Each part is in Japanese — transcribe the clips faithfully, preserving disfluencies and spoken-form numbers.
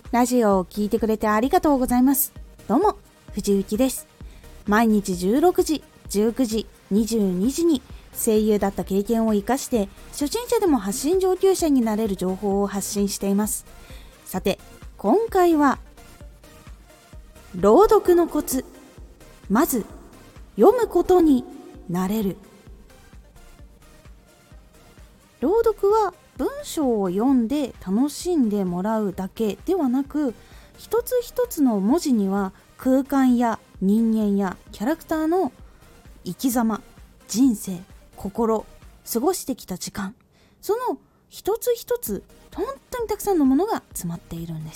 ラジオを聞いてくれてありがとうございます。どうも、藤幸です。毎日じゅうろくじ、じゅうくじ、にじゅうにじに声優だった経験を生かして初心者でも発信上級者になれる情報を発信しています。さて、今回は朗読のコツ。まず読むことになれる。朗読は文章を読んで楽しんでもらうだけではなく、一つ一つの文字には空間や人間やキャラクターの生き様、人生、心、過ごしてきた時間、その一つ一つ本当にたくさんのものが詰まっているんです。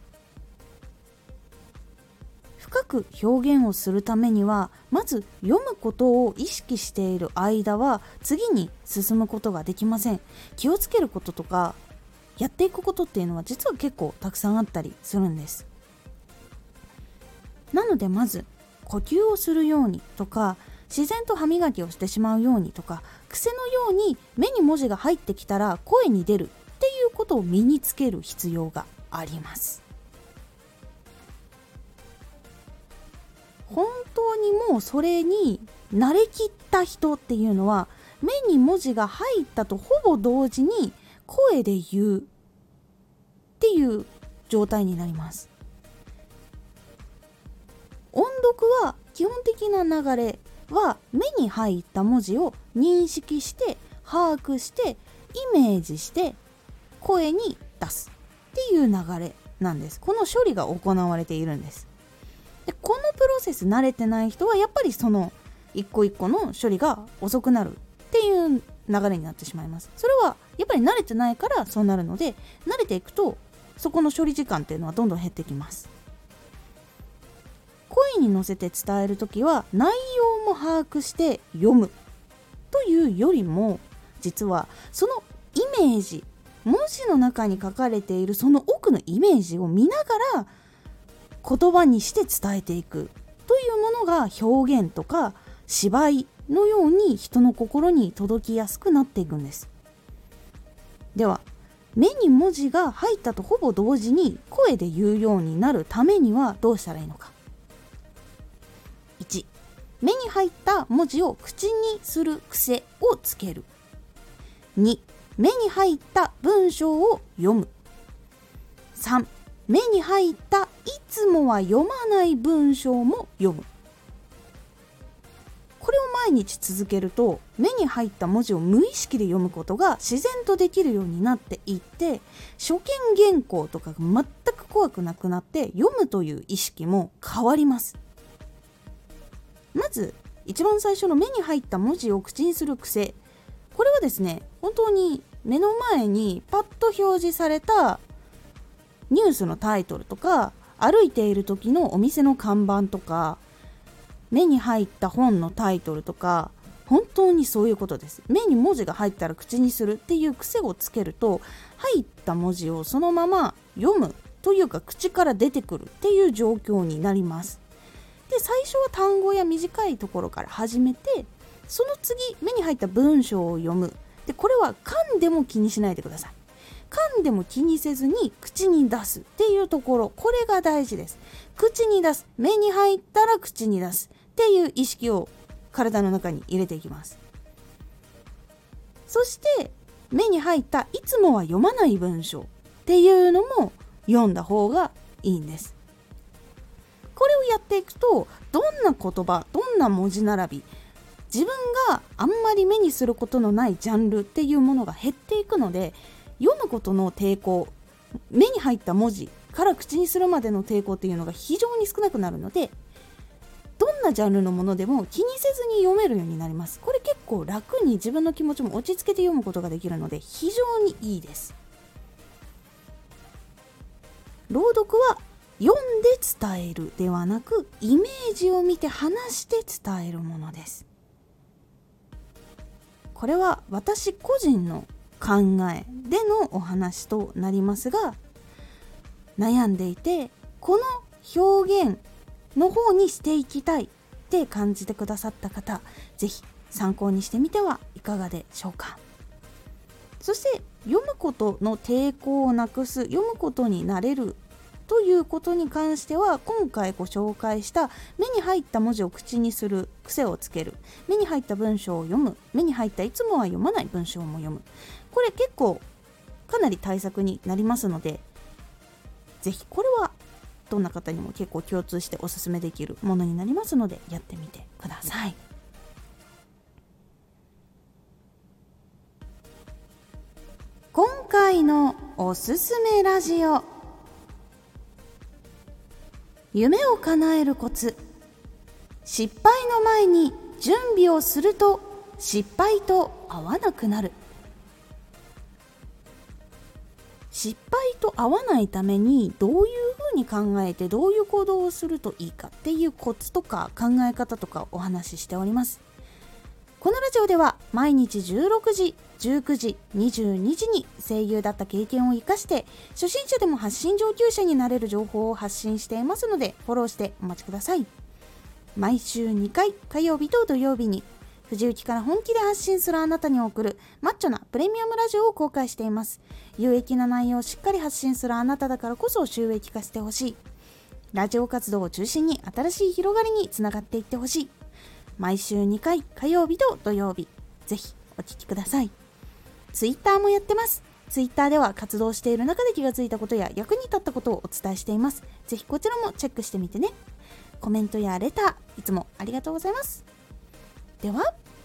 深く表現をするためには、まず読むことを意識している間は次に進むことができません。気をつけることとかやっていくことっていうのは実は結構たくさんあったりするんです。なのでまず呼吸をするようにとか、自然と歯磨きをしてしまうようにとか、癖のように目に文字が入ってきたら声に出るっていうことを身につける必要があります。本当にもうそれに慣れきった人っていうのは、目に文字が入ったとほぼ同時に声で言うっていう状態になります。音読は基本的な流れは目に入った文字を認識して把握してイメージして声に出すっていう流れなんです。この処理が行われているんです。でこのプロセス慣れてない人はやっぱりその一個一個の処理が遅くなるっていう流れになってしまいます。それはやっぱり慣れてないからそうなるので、慣れていくとそこの処理時間っていうのはどんどん減ってきます。声に乗せて伝えるときは内容も把握して読むというよりも、実はそのイメージ、文字の中に書かれているその奥のイメージを見ながら言葉にして伝えていくというものが表現とか芝居のように人の心に届きやすくなっていくんです。では、目に文字が入ったとほぼ同時に声で言うようになるためにはどうしたらいいのか。いち、目に入った文字を口にする癖をつける。に、目に入った文章を読む。さん、目に入ったいつもは読まない文章も読む。これを毎日続けると、目に入った文字を無意識で読むことが自然とできるようになっていって、初見原稿とかが全く怖くなくなって読むという意識も変わります。まず一番最初の目に入った文字を口にする癖、これはですね、本当に目の前にパッと表示されたニュースのタイトルとか、歩いている時のお店の看板とか、目に入った本のタイトルとか、本当にそういうことです。目に文字が入ったら口にするっていう癖をつけると、入った文字をそのまま読むというか口から出てくるっていう状況になります。で、最初は単語や短いところから始めて、その次目に入った文章を読む。で、これは噛んでも気にしないでください。噛んでも気にせずに口に出すっていうところ、これが大事です。口に出す、目に入ったら口に出すっていう意識を体の中に入れていきます。そして目に入ったいつもは読まない文章っていうのも読んだ方がいいんです。これをやっていくと、どんな言葉、どんな文字並び、自分があんまり目にすることのないジャンルっていうものが減っていくので、読むことの抵抗、目に入った文字から口にするまでの抵抗っていうのが非常に少なくなるので、どんなジャンルのものでも気にせずに読めるようになります。これ結構楽に自分の気持ちも落ち着けて読むことができるので非常にいいです。朗読は読んで伝えるではなく、イメージを見て話して伝えるものです。これは私個人の考えでのお話となりますが、悩んでいてこの表現の方にしていきたいって感じてくださった方、ぜひ参考にしてみてはいかがでしょうか。そして読むことの抵抗をなくす、読むことになれるということに関しては、今回ご紹介した目に入った文字を口にする癖をつける、目に入った文章を読む、目に入ったいつもは読まない文章も読む、これ結構かなり対策になりますので、ぜひこれはどんな方にも結構共通しておすすめできるものになりますので、やってみてください。今回のおすすめラジオ、夢を叶えるコツ。失敗の前に準備をすると失敗と合わなくなる。失敗と合わないためにどういうふうに考えて、どういう行動をするといいかっていうコツとか考え方とかお話ししております。このラジオでは毎日じゅうろくじ、じゅうくじ、にじゅうにじに声優だった経験を生かして初心者でも発信上級者になれる情報を発信していますので、フォローしてお待ちください。毎週にかい、火曜日と土曜日に藤雪から本気で発信するあなたに送るマッチョなプレミアムラジオを公開しています。有益な内容をしっかり発信するあなただからこそ収益化してほしい。ラジオ活動を中心に新しい広がりにつながっていってほしい。毎週にかい、火曜日と土曜日、ぜひお聞きください。ツイッターもやってます。ツイッターでは活動している中で気がついたことや役に立ったことをお伝えしています。ぜひこちらもチェックしてみてね。コメントやレター、いつもありがとうございます。では